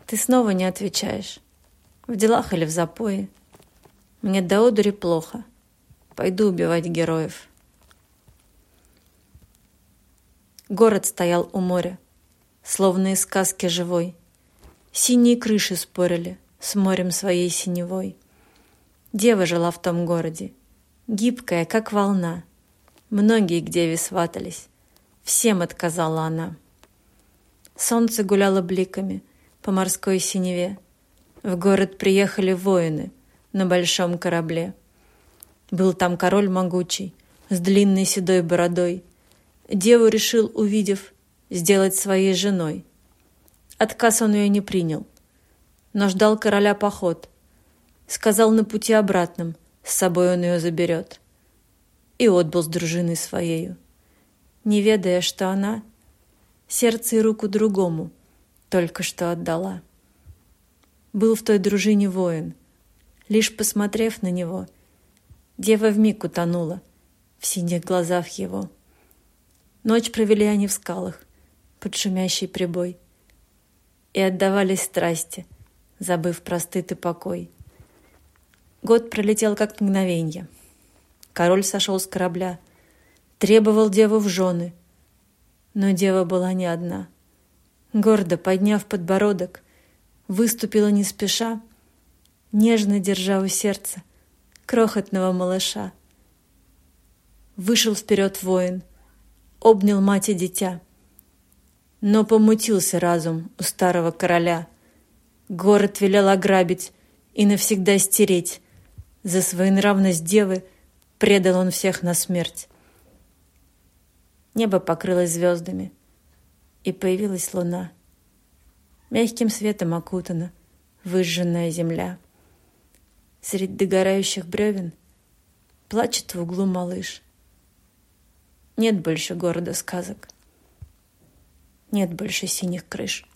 Ты снова не отвечаешь. В делах или в запое. Мне до одури плохо. Пойду убивать героев. Город стоял у моря, словно из сказки живой. Синие крыши спорили с морем своей синевой. Дева жила в том городе, гибкая, как волна. Многие к деве сватались, всем отказала она. Солнце гуляло бликами по морской синеве. В город приехали воины на большом корабле. Был там король могучий, с длинной седой бородой. Деву решил, увидев, сделать своей женой. Отказ он ее не принял, но ждал короля поход. Сказал, на пути обратном с собой он ее заберет. И отбыл с дружиной своею, не ведая, что она сердце и руку другому только что отдала. Был в той дружине воин. Лишь посмотрев на него, дева вмиг утонула в синих глазах его. Ночь провели они в скалах под шумящий прибой и отдавались страсти, забыв про стыд и покой. Год пролетел как мгновенье. Король сошел с корабля, требовал деву в жены, но дева была не одна. Гордо подняв подбородок, выступила не спеша, нежно держа у сердца крохотного малыша. Вышел вперед воин, обнял мать и дитя. Но помутился разум у старого короля. Город велел ограбить и навсегда стереть. За своенравность девы предал он всех на смерть. Небо покрылось звездами, и появилась луна. Мягким светом окутана выжженная земля. Средь догорающих бревен плачет в углу малыш. Нет больше города сказок, нет больше синих крыш.